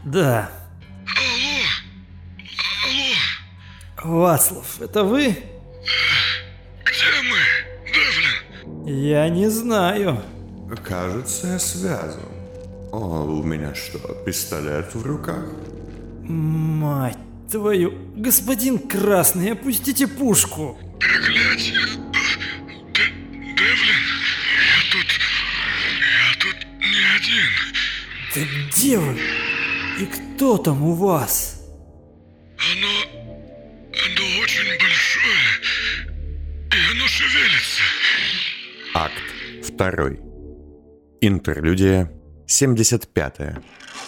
Да. Алло. Вацлав, это вы? Где мы, Девлин? Я не знаю. Кажется, я связан. О, у меня что, пистолет в руках? Мать твою. Господин Красный, опустите пушку. Проклятие. Девлин, я тут не один. Да где вы? И кто там у вас? Оно очень большое, и оно шевелится. Акт 2. Интерлюдия 75.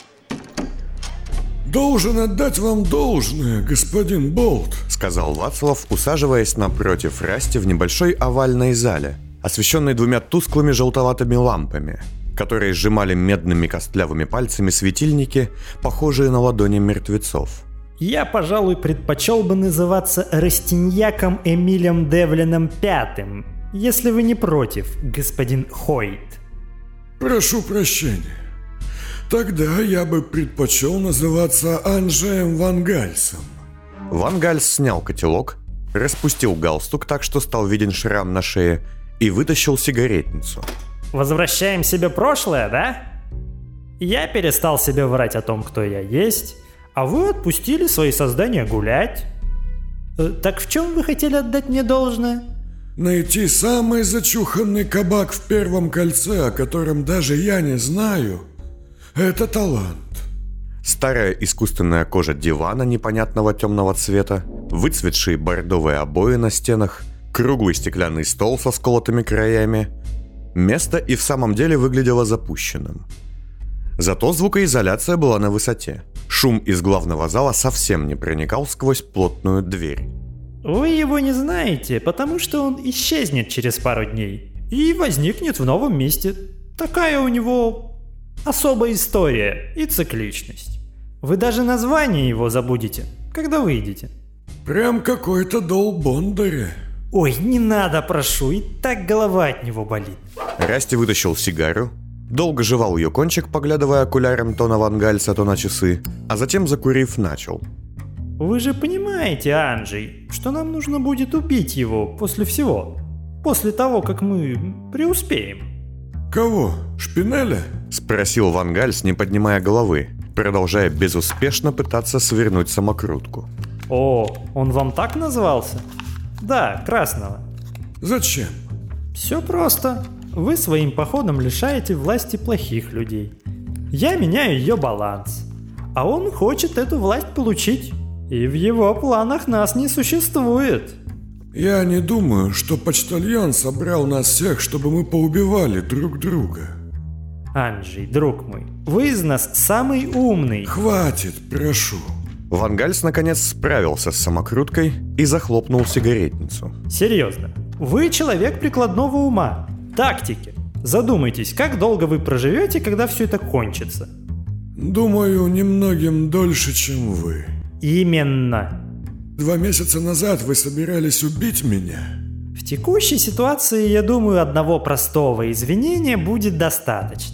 «Должен отдать вам должное, господин Болт», — сказал Вацлав, усаживаясь напротив Расти в небольшой овальной зале, освещенной двумя тусклыми желтоватыми лампами, которые сжимали медными костлявыми пальцами светильники, похожие на ладони мертвецов. Я, пожалуй, предпочел бы называться Растиньяком Эмилем Девлином Пятым, если вы не против, господин Хойт. «Прошу прощения. Тогда я бы предпочел называться Анжеем Ван Гальсом». Ван Гальс снял котелок, распустил галстук так, что стал виден шрам на шее, и вытащил сигаретницу. Возвращаем себе прошлое, да? Я перестал себе врать о том, кто я есть, а вы отпустили свои создания гулять. Так в чем вы хотели отдать мне должное? Найти самый зачуханный кабак в Первом кольце, о котором даже я не знаю, это талант. Старая искусственная кожа дивана непонятного темного цвета, выцветшие бордовые обои на стенах, круглый стеклянный стол со сколотыми краями. Место и в самом деле выглядело запущенным. Зато звукоизоляция была на высоте. Шум из главного зала совсем не проникал сквозь плотную дверь. Вы его не знаете, потому что он исчезнет через пару дней и возникнет в новом месте. Такая у него особая история и цикличность. Вы даже название его забудете, когда выйдете. Прям какой-то Дол Бондаре. Ой, не надо, прошу, и так голова от него болит. Расти вытащил сигару, долго жевал ее кончик, поглядывая окуляром то на Ван Гальса, то на часы, а затем, закурив, начал. Вы же понимаете, Анджей, что нам нужно будет убить его после всего. После того, как мы преуспеем. «Кого? Шпинеля?» — спросил Ван Гальс, не поднимая головы, продолжая безуспешно пытаться свернуть самокрутку. О, он вам так назвался? Да, Красного. «Зачем?» Все просто. Вы своим походом лишаете власти плохих людей. Я меняю ее баланс. А он хочет эту власть получить. И в его планах нас не существует. «Я не думаю, что почтальон собрал нас всех, чтобы мы поубивали друг друга». Анджей, друг мой, вы из нас самый умный. «Хватит, прошу». Ван Гальс наконец справился с самокруткой и захлопнул сигаретницу. Серьезно, вы человек прикладного ума, тактики. Задумайтесь, как долго вы проживете, когда все это кончится. «Думаю, немногим дольше, чем вы». Именно. 2 месяца назад вы собирались убить меня. В текущей ситуации, я думаю, одного простого извинения будет достаточно.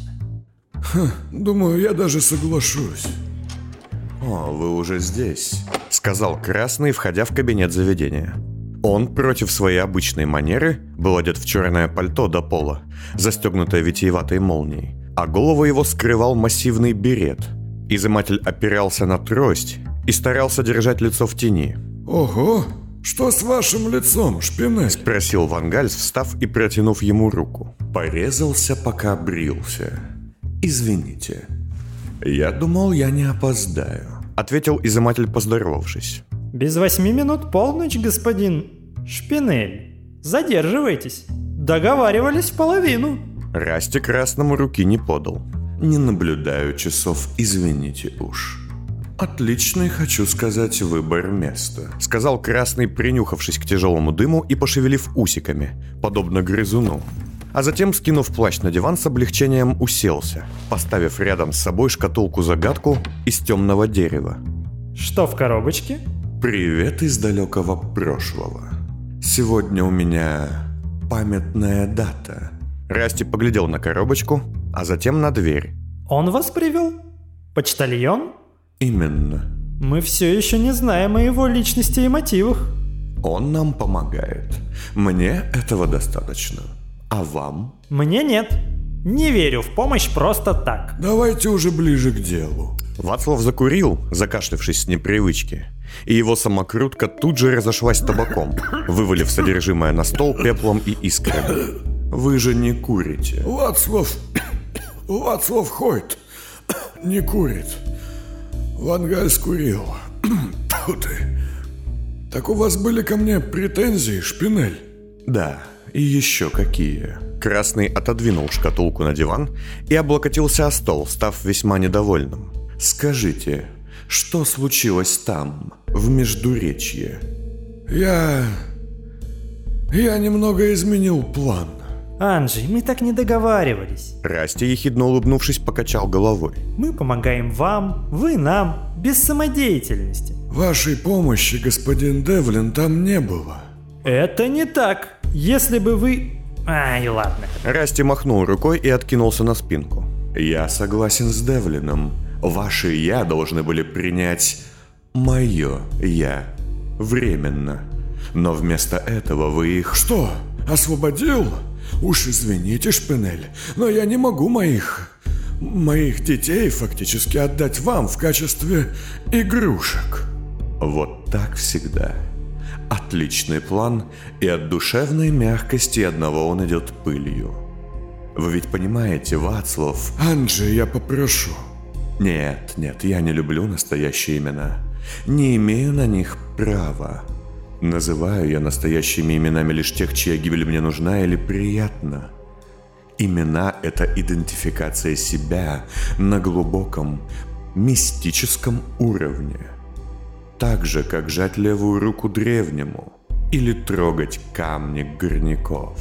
Думаю, я даже соглашусь. «О, вы уже здесь», — сказал Красный, входя в кабинет заведения. Он, против своей обычной манеры, был одет в черное пальто до пола, застегнутое витиеватой молнией, а голову его скрывал массивный берет. Изыматель опирался на трость и старался держать лицо в тени. «Ого! Что с вашим лицом, Шпинель?» — спросил Ван Гальс, встав и протянув ему руку. «Порезался, пока брился. Извините. Я думал, я не опоздаю», — ответил изыматель, поздоровавшись. Без 8 минут полночь, господин Шпинель. Задерживайтесь. Договаривались в половину. Расти Красному руки не подал. «Не наблюдаю часов, извините уж. Отличный, хочу сказать, выбор места», — сказал Красный, принюхавшись к тяжелому дыму и пошевелив усиками, подобно грызуну. А затем, скинув плащ на диван, с облегчением уселся, поставив рядом с собой шкатулку-загадку из темного дерева. Что в коробочке? «Привет из далекого прошлого. Сегодня у меня памятная дата». Расти поглядел на коробочку, а затем на дверь. Он вас привел? Почтальон? Именно. Мы все еще не знаем о его личности и мотивах. Он нам помогает. Мне этого достаточно. А вам? Мне нет. Не верю в помощь просто так. Давайте уже ближе к делу. Вацлав закурил, закашлявшись с непривычки, и его самокрутка тут же разошлась табаком, вывалив содержимое на стол пеплом и искрами. Вы же не курите. Вацлав Хойт не курит. Вангаль скурил. Тьфу ты. Так у вас были ко мне претензии, Шпинель? Да, и еще какие. Красный отодвинул шкатулку на диван и облокотился о стол, став весьма недовольным. Скажите, что случилось там, в Междуречье? Я немного изменил план. Анджей, мы так не договаривались. Расти, ехидно улыбнувшись, покачал головой. Мы помогаем вам, вы нам, без самодеятельности. Вашей помощи, господин Девлин, там не было. Это не так. Если бы вы... Ай, ладно. Расти махнул рукой и откинулся на спинку. Я согласен с Девлином. Ваши «я» должны были принять мое «я» временно. Но вместо этого вы их... Что, освободил? Уж извините, Шпинель, но я не могу моих детей фактически отдать вам в качестве игрушек. Вот так всегда. Отличный план, и от душевной мягкости одного он идет пылью. Вы ведь понимаете, Вацлав... Анджей, я попрошу. Нет, я не люблю настоящие имена. Не имею на них права. Называю я настоящими именами лишь тех, чья гибель мне нужна или приятна. Имена – это идентификация себя на глубоком, мистическом уровне. Так же, как жать левую руку древнему или трогать камни горняков.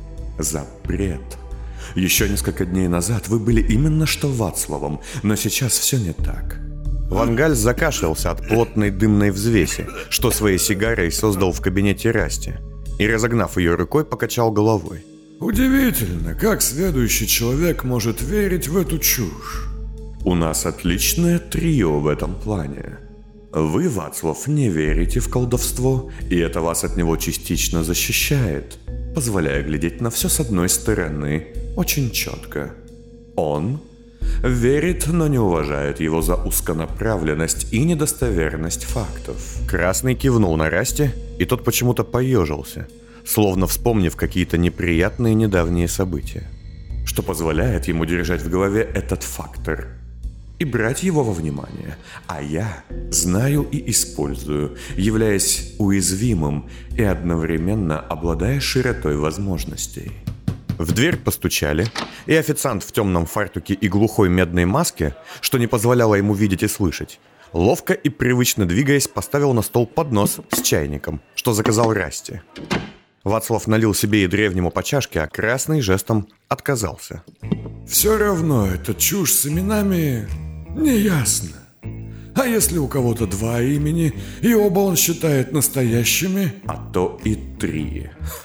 Запрет. Еще несколько дней назад вы были именно что Вацлавом, но сейчас все не так. Вангаль закашлялся от плотной дымной взвеси, что своей сигарой создал в кабинете Расти, и, разогнав ее рукой, покачал головой. Удивительно, как следующий человек может верить в эту чушь. У нас отличное трио в этом плане. Вы, Вацлав, не верите в колдовство, и это вас от него частично защищает, позволяя глядеть на все с одной стороны очень четко. Он верит, но не уважает его за узконаправленность и недостоверность фактов. Красный кивнул на Расти, и тот почему-то поежился, словно вспомнив какие-то неприятные недавние события, что позволяет ему держать в голове этот фактор и брать его во внимание. А я знаю и использую, являясь уязвимым и одновременно обладая широтой возможностей. В дверь постучали, и официант в темном фартуке и глухой медной маске, что не позволяло ему видеть и слышать, ловко и привычно двигаясь, поставил на стол поднос с чайником, что заказал Расти. Вацлав налил себе и древнему по чашке, а Красный жестом отказался. Все равно эта чушь с именами неясна. А если у кого-то два имени, и оба он считает настоящими? А то и три.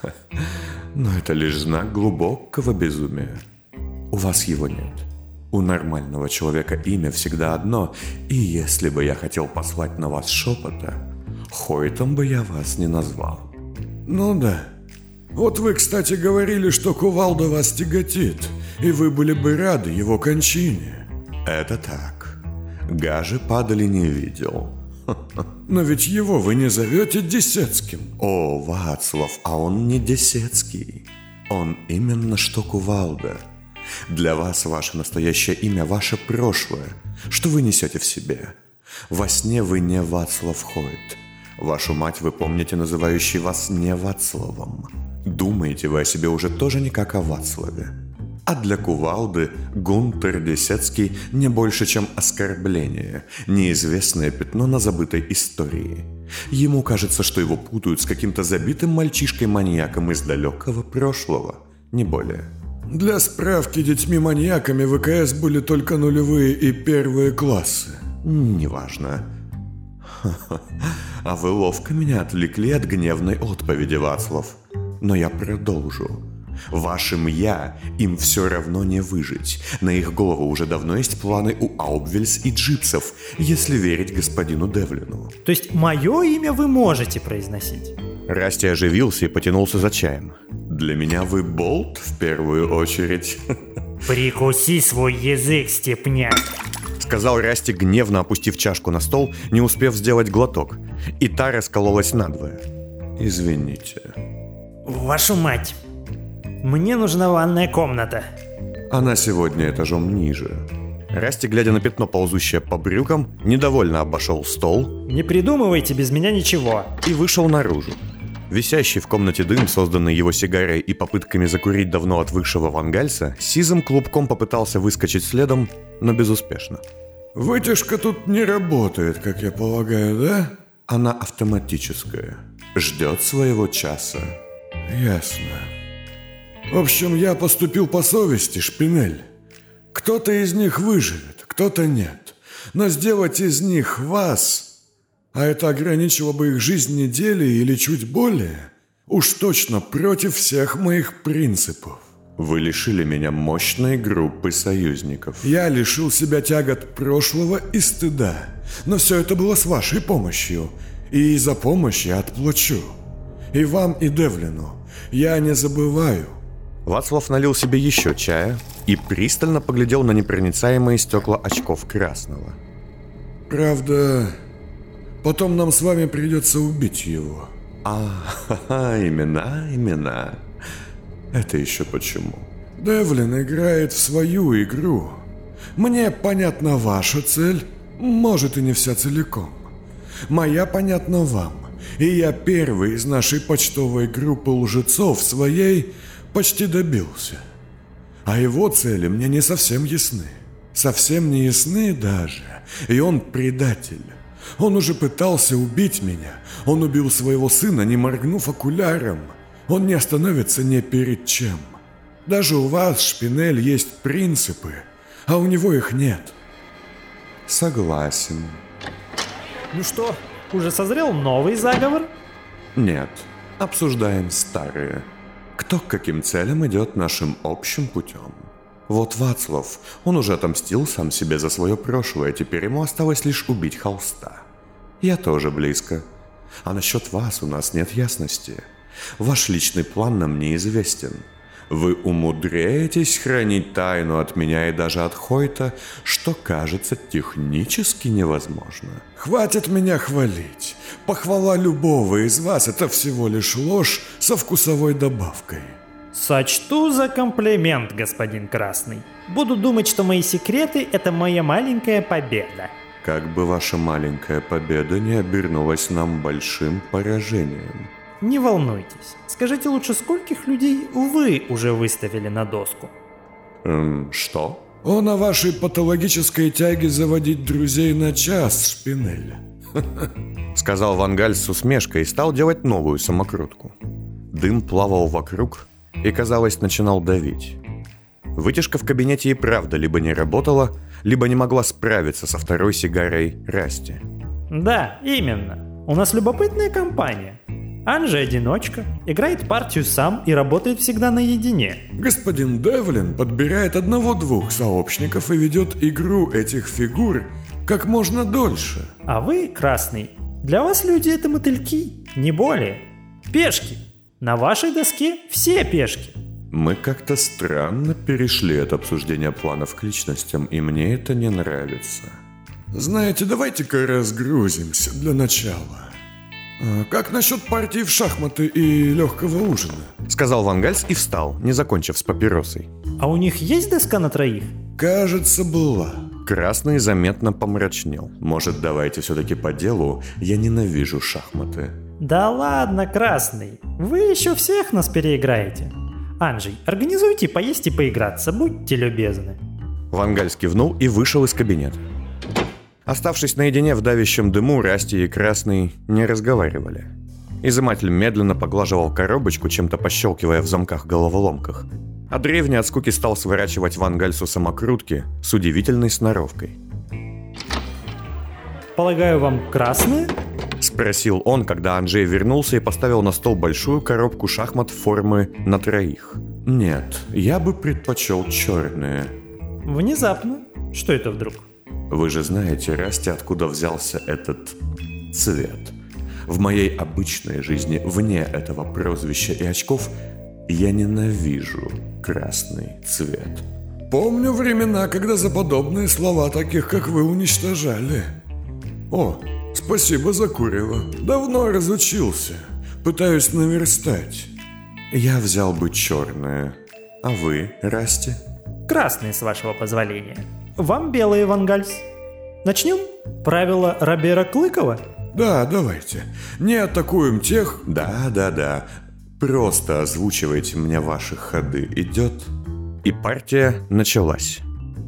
Но это лишь знак глубокого безумия. У вас его нет. У нормального человека имя всегда одно, и если бы я хотел послать на вас шепота, Хойтом бы я вас не назвал. Ну да. Вот вы, кстати, говорили, что кувалда вас тяготит, и вы были бы рады его кончине. Это так. Гажи падали не видел. Но ведь его вы не зовете Десецким. О, Вацлав, а он не Десецкий. Он именно что кувалда. Для вас ваше настоящее имя – ваше прошлое, что вы несете в себе. Во сне вы не Вацлав Хойт. Вашу мать вы помните, называющей вас не Вацлавом. Думаете вы о себе уже тоже не как о Вацлаве. А для кувалды Гунтер Десецкий не больше, чем оскорбление, неизвестное пятно на забытой истории. Ему кажется, что его путают с каким-то забитым мальчишкой-маньяком из далекого прошлого, не более. Для справки, детьми-маньяками в ВКС были только нулевые и первые классы. Неважно. А вы ловко меня отвлекли от гневной отповеди, Вацлав. Но я продолжу. Вашим «я» им все равно не выжить. На их голову уже давно есть планы у Аубвельс и Джипсов, если верить господину Девлину. То есть мое имя вы можете произносить? Расти оживился и потянулся за чаем. Для меня вы Болт в первую очередь. Прикуси свой язык, степняк. Сказал Расти, гневно опустив чашку на стол, не успев сделать глоток. И та раскололась надвое. Извините. Вашу мать. Мне нужна ванная комната. Она сегодня этажом ниже. Расти, глядя на пятно, ползущее по брюкам, недовольно обошел стол. Не придумывайте без меня ничего. И вышел наружу. Висящий в комнате дым, созданный его сигарой и попытками закурить давно отвыкшего Вангальса, сизым клубком попытался выскочить следом, но безуспешно. Вытяжка тут не работает, как я полагаю, да? Она автоматическая. Ждет своего часа. Ясно. В общем, я поступил по совести, Шпинель. Кто-то из них выживет, кто-то нет. Но сделать из них вас, а это ограничило бы их жизнь недели или чуть более, уж точно против всех моих принципов. Вы лишили меня мощной группы союзников. Я лишил себя тягот прошлого и стыда. Но все это было с вашей помощью. И за помощь я отплачу. И вам, и Девлину. Я не забываю. Вацлав налил себе еще чая и пристально поглядел на непроницаемые стекла очков Красного. Правда, потом нам с вами придется убить его. Имена. Это еще почему? Девлин играет в свою игру. Мне понятна ваша цель, может и не вся целиком. Моя понятна вам. И я первый из нашей почтовой группы лжецов своей почти добился. А его цели мне не совсем ясны. Совсем не ясны даже. И он предатель. Он уже пытался убить меня. Он убил своего сына, не моргнув окуляром. Он не остановится ни перед чем. Даже у вас, Шпинель, есть принципы, а у него их нет. Согласен. Ну что, уже созрел новый заговор? Нет, обсуждаем старые. Кто к каким целям идет нашим общим путем. Вот Вацлав, он уже отомстил сам себе за свое прошлое, теперь ему осталось лишь убить Холста. Я тоже близко. А насчет вас у нас нет ясности. Ваш личный план нам неизвестен. Вы умудряетесь хранить тайну от меня и даже от Хойта, что кажется технически невозможно. Хватит меня хвалить. Похвала любого из вас – это всего лишь ложь со вкусовой добавкой. Сочту за комплимент, господин Красный. Буду думать, что мои секреты – это моя маленькая победа. Как бы ваша маленькая победа не обернулась нам большим поражением. Не волнуйтесь. Скажите лучше, скольких людей вы уже выставили на доску? Что? Он о вашей патологической тяге заводить друзей на час, Шпинель. Сказал Вангаль с усмешкой и стал делать новую самокрутку. Дым плавал вокруг и, казалось, начинал давить. Вытяжка в кабинете и правда либо не работала, либо не могла справиться со второй сигарой Расти. Да, именно. У нас любопытная компания. Анжи одиночка, играет партию сам и работает всегда наедине. Господин Девлин подбирает одного-двух сообщников и ведет игру этих фигур как можно дольше. А вы, Красный, для вас люди это мотыльки, не более. Пешки. На вашей доске все пешки. Мы как-то странно перешли от обсуждения планов к личностям, и мне это не нравится. Знаете, давайте-ка разгрузимся для начала. Как насчет партии в шахматы и легкого ужина? Сказал Вангальс и встал, не закончив с папиросой. А у них есть доска на троих? Кажется, была. Красный заметно помрачнел. Может, давайте все-таки по делу? Я ненавижу шахматы. Да ладно, Красный. Вы еще всех нас переиграете. Анжей, организуйте поесть и поиграться, будьте любезны. Вангальс кивнул и вышел из кабинета. Оставшись наедине в давящем дыму, Расти и Красный не разговаривали. Изыматель медленно поглаживал коробочку, чем-то пощелкивая в замках-головоломках, а древний от скуки стал сворачивать Вангальсу самокрутки с удивительной сноровкой. Полагаю, вам красные? Спросил он, когда Анджей вернулся и поставил на стол большую коробку шахмат формы на троих. Нет, я бы предпочел черные. Внезапно. Что это вдруг? Вы же знаете, Расти, откуда взялся этот цвет. В моей обычной жизни, вне этого прозвища и очков, я ненавижу красный цвет. Помню времена, когда за подобные слова таких, как вы, уничтожали. О, спасибо за курево. Давно разучился. Пытаюсь наверстать. Я взял бы черное. А вы, Расти? Красный, с вашего позволения. Вам белый, Вангальс. Начнем? Правило Робера Клыкова? Да, давайте. Не атакуем тех... Да. Просто озвучивайте мне ваши ходы. Идет? И партия началась.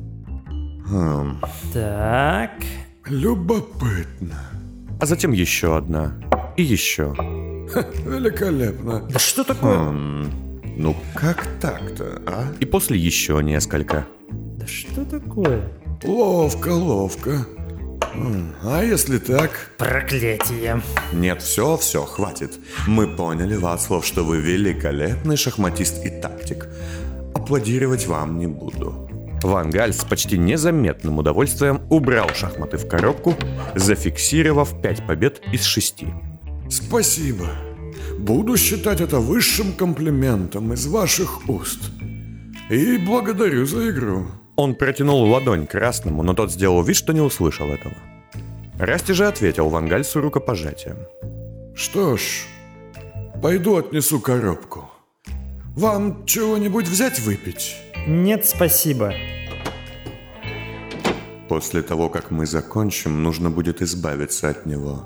Так. Любопытно. А затем еще одна. И еще. Великолепно. Да что такое? Ну как так-то, а? И после еще несколько. Да что такое? Ловко. А если так? Проклятие. Нет, все, хватит. Мы поняли, Вацлав, что вы великолепный шахматист и тактик. Аплодировать вам не буду. Вангальс с почти незаметным удовольствием убрал шахматы в коробку, зафиксировав 5 побед из 6. Спасибо. Буду считать это высшим комплиментом из ваших уст. И благодарю за игру. Он протянул ладонь красному, но тот сделал вид, что не услышал этого. Расти же ответил Вангальсу рукопожатием. Что ж, пойду отнесу коробку. Вам чего-нибудь взять выпить? Нет, спасибо. После того, как мы закончим, нужно будет избавиться от него.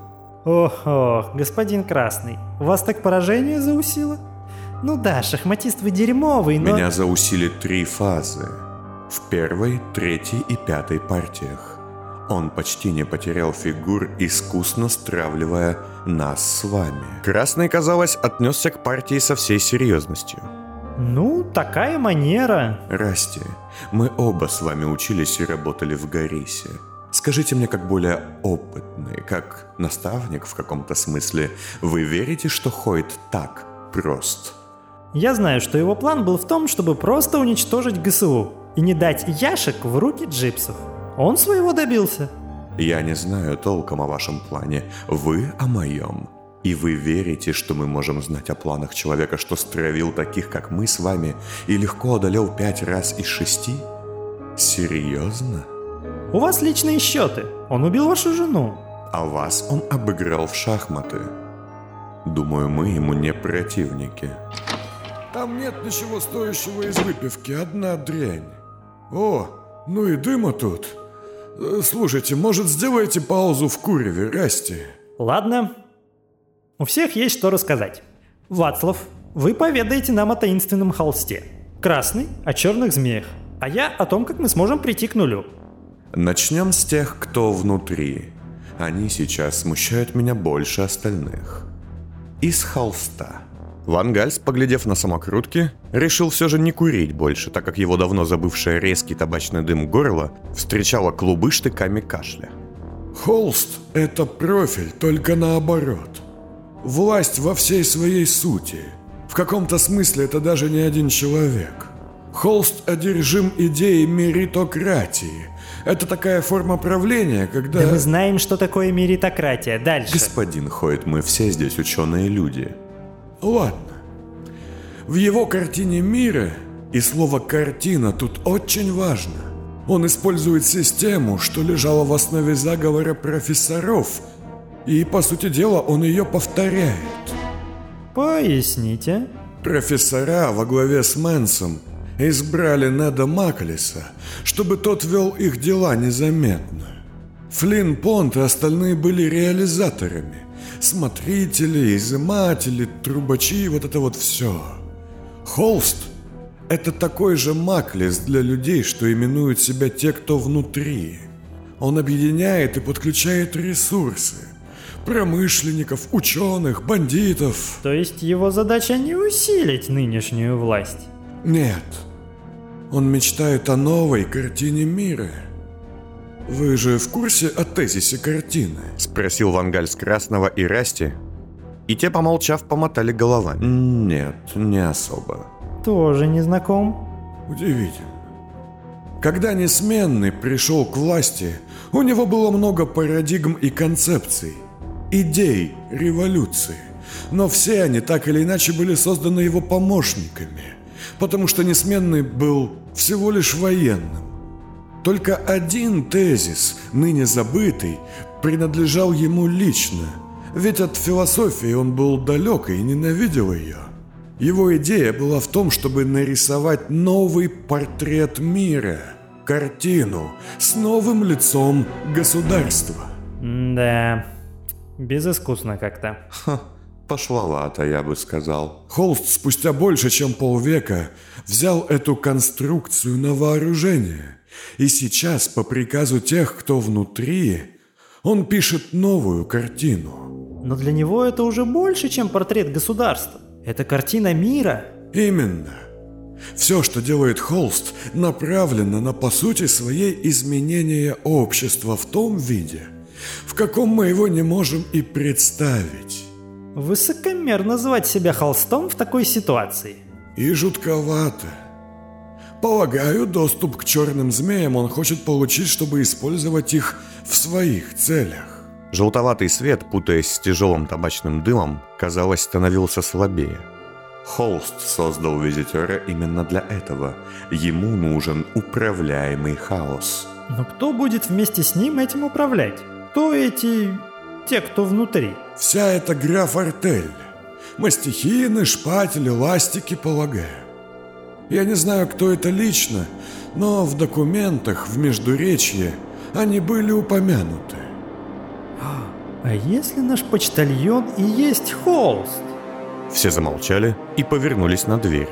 Ох, господин Красный, вас так поражение заусило? Ну да, шахматист вы дерьмовый, но... Меня заусили 3 фазы. В первой, 3-й и 5-й партиях. Он почти не потерял фигур, искусно стравливая нас с вами. Красный, казалось, отнесся к партии со всей серьезностью. Ну, такая манера. Расти, мы оба с вами учились и работали в Горисе. Скажите мне, как более опытный, как наставник в каком-то смысле, вы верите, что Хойд так прост? Я знаю, что его план был в том, чтобы просто уничтожить ГСУ и не дать яшек в руки джипсов. Он своего добился. Я не знаю толком о вашем плане, вы о моем. И вы верите, что мы можем знать о планах человека, что стравил таких, как мы с вами, и легко одолел 5 раз из 6? Серьезно? У вас личные счеты. Он убил вашу жену. А вас он обыграл в шахматы. Думаю, мы ему не противники. Там нет ничего стоящего из выпивки, одна дрянь. О, ну и дыма тут. Слушайте, может, сделаете паузу в куреве, Расти? Ладно. У всех есть что рассказать. Вацлав, вы поведаете нам о таинственном холсте. Красный – о черных змеях. А я о том, как мы сможем прийти к нулю. Начнем с тех, кто внутри. Они сейчас смущают меня больше остальных. Из холста. Вангальс, поглядев на самокрутки, решил все же не курить больше, так как его давно забывшее резкий табачный дым горло встречало клубы штыками кашля. Холст – это профиль, только наоборот. Власть во всей своей сути. В каком-то смысле это даже не один человек. Холст одержим идеей меритократии. Это такая форма правления, когда... Да мы знаем, что такое меритократия. Дальше. Господин Хойд, мы все здесь ученые люди. Ладно. В его картине мира, и слово «картина» тут очень важно, он использует систему, что лежала в основе заговора профессоров, и, по сути дела, он ее повторяет. Поясните. Профессора во главе с Мэнсом избрали Неда Маклиса, чтобы тот вел их дела незаметно. Флинн Понт и остальные были реализаторами. Смотрители, изыматели, трубачи, вот это вот все. Холст – это такой же Маклис для людей, что именуют себя те, кто внутри. Он объединяет и подключает ресурсы. Промышленников, ученых, бандитов. То есть его задача не усилить нынешнюю власть? Нет. Он мечтает о новой картине мира. Вы же в курсе о тезисе картины? Спросил Вангальс Красного и Расти. И те, помолчав, помотали головами. Нет, не особо. Тоже не знаком. Удивительно. Когда Несменный пришел к власти, у него было много парадигм и концепций, идей революции. Но все они так или иначе были созданы его помощниками, потому что Несменный был всего лишь военным. Только один тезис, ныне забытый, принадлежал ему лично, ведь от философии он был далек и ненавидел ее. Его идея была в том, чтобы нарисовать новый портрет мира, картину с новым лицом государства. Да, безыскусно как-то. Пошловато, я бы сказал. Холст спустя больше чем полвека взял эту конструкцию на вооружение. И сейчас, по приказу тех, кто внутри, он пишет новую картину. Но для него это уже больше, чем портрет государства. Это картина мира. Именно. Все, что делает Холст, направлено на, по сути своей, изменение общества в том виде, в каком мы его не можем и представить. Высокомерно звать себя Холстом в такой ситуации. И жутковато. Полагаю, доступ к черным змеям он хочет получить, чтобы использовать их в своих целях. Желтоватый свет, путаясь с тяжелым табачным дымом, казалось, становился слабее. Холст создал визитера именно для этого. Ему нужен управляемый хаос. Но кто будет вместе с ним этим управлять? Кто эти... те, кто внутри? Вся эта граф-артель. Мастихины, шпатели, ластики, полагаю. Я не знаю, кто это лично, но в документах, в Междуречье, они были упомянуты. А если наш почтальон и есть Холст? Все замолчали и повернулись на дверь.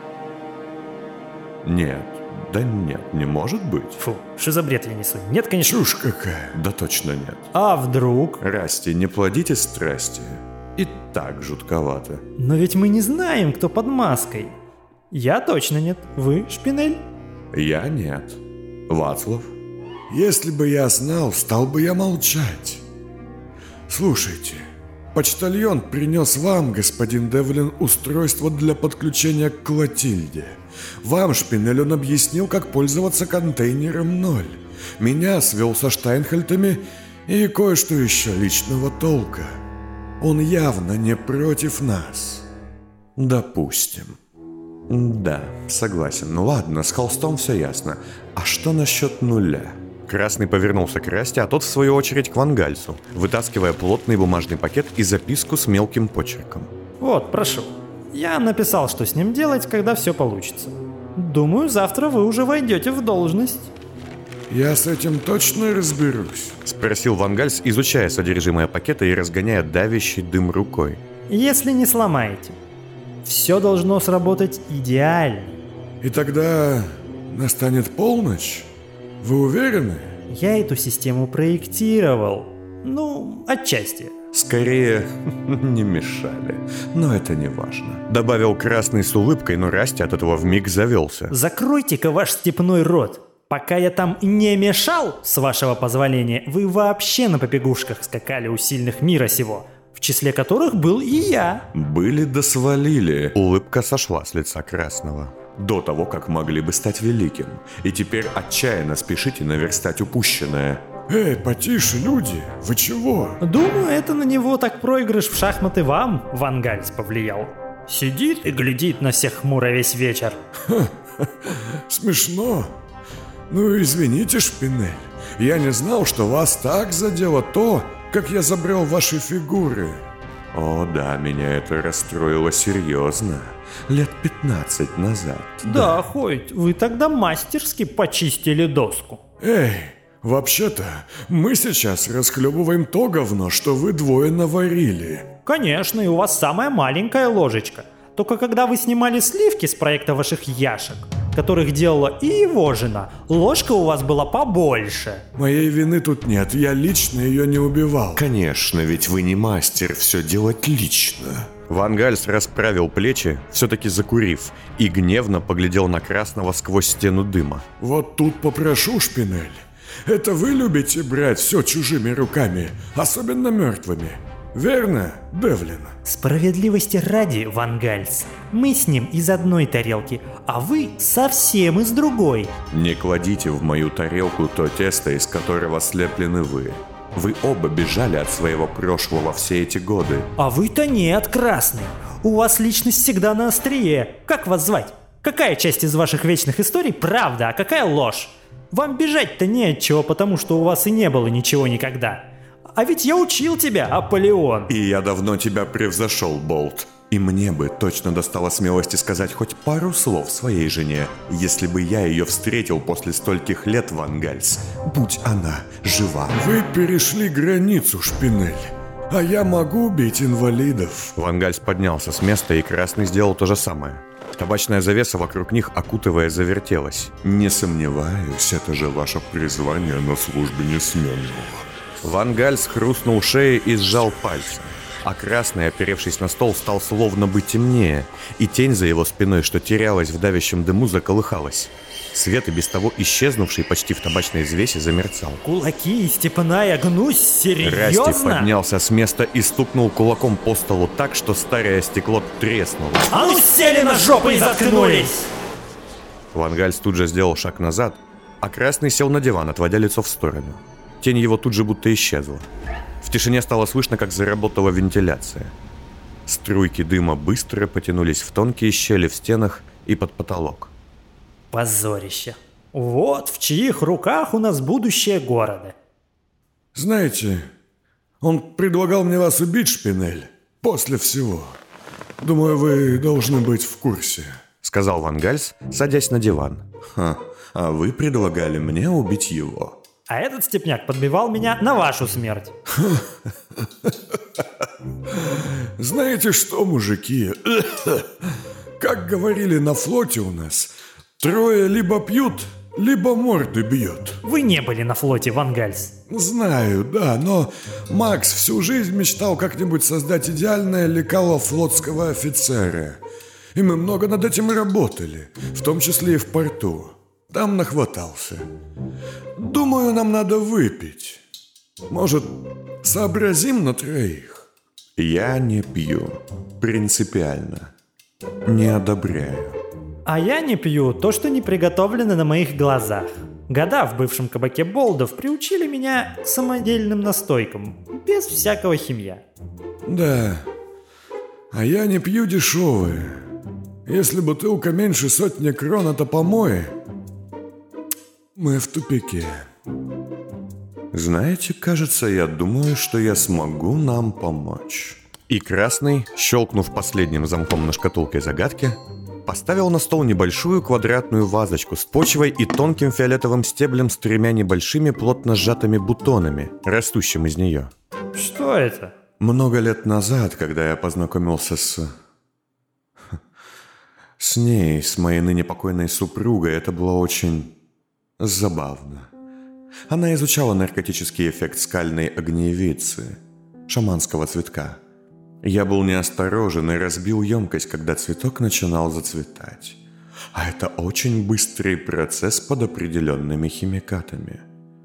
Нет, да нет, не может быть. Фу, что за бред я несу? Нет, конечно. Чушь какая. Да точно нет. А вдруг? Расти, не плодите страсти. И так жутковато. Но ведь мы не знаем, кто под маской. Я точно нет. Вы, Шпинель? Я нет. Вацлав? Если бы я знал, стал бы я молчать. Слушайте, почтальон принес вам, господин Девлин, устройство для подключения к Клотильде. Вам, Шпинель, он объяснил, как пользоваться контейнером 0. Меня свел со Штайнхальтами и кое-что еще личного толка. Он явно не против нас. Допустим. Да, согласен. Ну ладно, с Холстом все ясно. А что насчет нуля? Красный повернулся к Расте, а тот в свою очередь к Вангальсу, вытаскивая плотный бумажный пакет и записку с мелким почерком. Вот, прошу. Я написал, что с ним делать, когда все получится. Думаю, завтра вы уже войдете в должность. Я с этим точно разберусь? Спросил Вангальс, изучая содержимое пакета и разгоняя давящий дым рукой. Если не сломаете. Все должно сработать идеально. И тогда настанет полночь? Вы уверены? Я эту систему проектировал. Ну, отчасти. Скорее, не мешали. Но это не важно. Добавил Красный с улыбкой, но Расти от этого вмиг завелся. Закройте-ка ваш степной рот. Пока я там не мешал, с вашего позволения, вы вообще на побегушках скакали у сильных мира сего, в числе которых был и я. Были да свалили. Улыбка сошла с лица Красного. До того, как могли бы стать великим. И теперь отчаянно спешите наверстать упущенное. Эй, потише, люди, вы чего? Думаю, это на него так проигрыш в шахматы вам, Вангальс, повлиял. Сидит и глядит на всех хмуро весь вечер. Смешно. Ну, извините, Шпинель. Я не знал, что вас так задело то, как я забрал ваши фигуры. О да, меня это расстроило серьезно. Лет 15 назад. Да, хоть вы тогда мастерски почистили доску. Эй, вообще-то, мы сейчас расхлебываем то говно, что вы двое наварили. Конечно, и у вас самая маленькая ложечка. Только когда вы снимали сливки с проекта ваших яшек, которых делала и его жена, ложка у вас была побольше. Моей вины тут нет, я лично ее не убивал. Конечно, ведь вы не мастер все делать лично. Вангальс расправил плечи, все-таки закурив, и гневно поглядел на Красного сквозь стену дыма. Вот тут попрошу, Шпинель. Это вы любите брать все чужими руками, особенно мертвыми. Верно, Девлин? Справедливости ради, Ван Гальс, мы с ним из одной тарелки, а вы совсем из другой. Не кладите в мою тарелку то тесто, из которого слеплены вы. Вы оба бежали от своего прошлого все эти годы. А вы-то нет, Красный. У вас личность всегда на острие. Как вас звать? Какая часть из ваших вечных историй правда, а какая ложь? Вам бежать-то не от чего, потому что у вас и не было ничего никогда. А ведь я учил тебя, Аполеон. И я давно тебя превзошел, Болт. И мне бы точно достало смелости сказать хоть пару слов своей жене, если бы я ее встретил после стольких лет, Ван Гальс. Будь она жива. Вы перешли границу, Шпинель. А я могу убить инвалидов. Ван Гальс поднялся с места, и Красный сделал то же самое. Табачная завеса вокруг них, окутывая, завертелась. Не сомневаюсь, это же ваше призвание на службе несменного. Ван Гальс хрустнул шеей и сжал пальцы. А Красный, оперевшись на стол, стал словно бы темнее, и тень за его спиной, что терялась в давящем дыму, заколыхалась. Свет, и без того исчезнувший почти в табачной взвесе, замерцал. Кулаки, степная гнусь, серьезно? Расти поднялся с места и стукнул кулаком по столу так, что старое стекло треснуло. А ну сели на жопу и заткнулись! Ван Гальс тут же сделал шаг назад, а Красный сел на диван, отводя лицо в сторону. Тень его тут же будто исчезла. В тишине стало слышно, как заработала вентиляция. Струйки дыма быстро потянулись в тонкие щели в стенах и под потолок. Позорище. Вот в чьих руках у нас будущее города. Знаете, он предлагал мне вас убить, Шпинель, после всего. Думаю, вы должны быть в курсе, сказал Ван Гальс, садясь на диван. Ха, а вы предлагали мне убить его. А этот степняк подбивал меня на вашу смерть. Знаете что, мужики? Как говорили на флоте у нас, трое либо пьют, либо морды бьют. Вы не были на флоте, Ван Гальс. Знаю, да, но Макс всю жизнь мечтал как-нибудь создать идеальное лекало флотского офицера. И мы много над этим работали, в том числе и в порту. Там нахватался. Думаю, нам надо выпить. Может, сообразим на троих? Я не пью. Принципиально. Не одобряю. А я не пью то, что не приготовлено на моих глазах. Года в бывшем кабаке Болдов приучили меня к самодельным настойкам, без всякого химия. Да, а я не пью дешевые. Если бутылка меньше 100 крон, это помои. Мы в тупике. Знаете, кажется, я думаю, что я смогу нам помочь. И Красный, щелкнув последним замком на шкатулке загадки, поставил на стол небольшую квадратную вазочку с почвой и тонким фиолетовым стеблем с 3 небольшими плотно сжатыми бутонами, растущим из нее. Что это? Много лет назад, когда я познакомился с ней, с моей ныне покойной супругой, это было очень забавно. Она изучала наркотический эффект скальной огневицы, шаманского цветка. Я был неосторожен и разбил емкость, когда цветок начинал зацветать. А это очень быстрый процесс под определенными химикатами.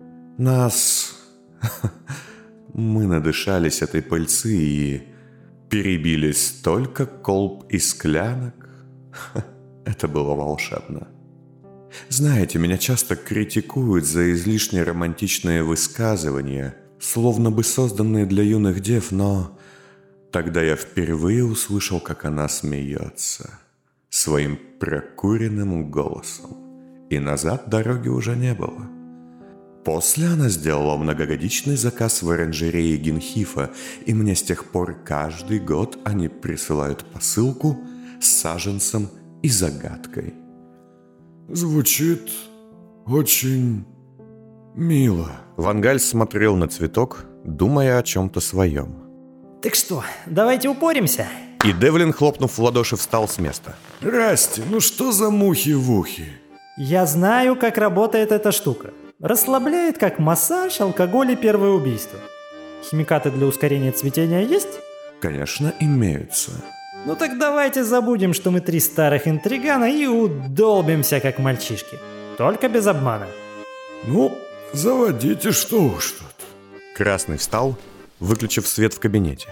Мы надышались этой пыльцы и перебили столько колб и склянок. Это было волшебно. Знаете, меня часто критикуют за излишне романтичные высказывания, словно бы созданные для юных дев, но тогда я впервые услышал, как она смеется своим прокуренным голосом, и назад дороги уже не было. После она сделала многогодичный заказ в оранжерее Генхифа, и мне с тех пор каждый год они присылают посылку с саженцем и загадкой. Звучит очень мило. Ван Гальс смотрел на цветок, думая о чем-то своем. Так что, давайте упоримся? И Девлин, хлопнув в ладоши, встал с места. Расти, ну что за мухи в ухе? Я знаю, как работает эта штука. Расслабляет, как массаж, алкоголь и первое убийство. Химикаты для ускорения цветения есть? Конечно, имеются. Ну так давайте забудем, что мы 3 старых интригана и удолбимся, как мальчишки. Только без обмана. Ну, заводите, что уж тут. Красный встал, выключив свет в кабинете.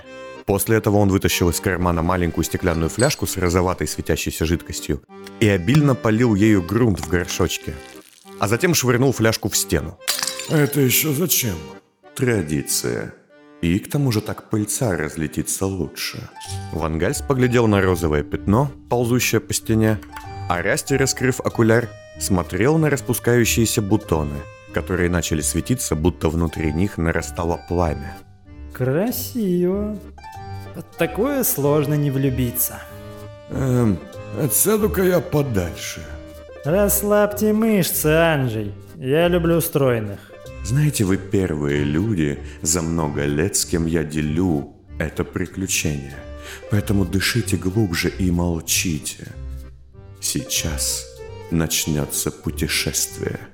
После этого он вытащил из кармана маленькую стеклянную фляжку с розоватой светящейся жидкостью и обильно полил ею грунт в горшочке, а затем швырнул фляжку в стену. Это еще зачем? Традиция. И к тому же так пыльца разлетится лучше. Ван Гальс поглядел на розовое пятно, ползущее по стене, а Расти, раскрыв окуляр, смотрел на распускающиеся бутоны, которые начали светиться, будто внутри них нарастало пламя. Красиво. Под такое сложно не влюбиться. Отсяду-ка я подальше. Расслабьте мышцы, Анджей. Я люблю стройных. Знаете, вы первые люди за много лет, с кем я делю это приключение. Поэтому дышите глубже и молчите. Сейчас начнется путешествие.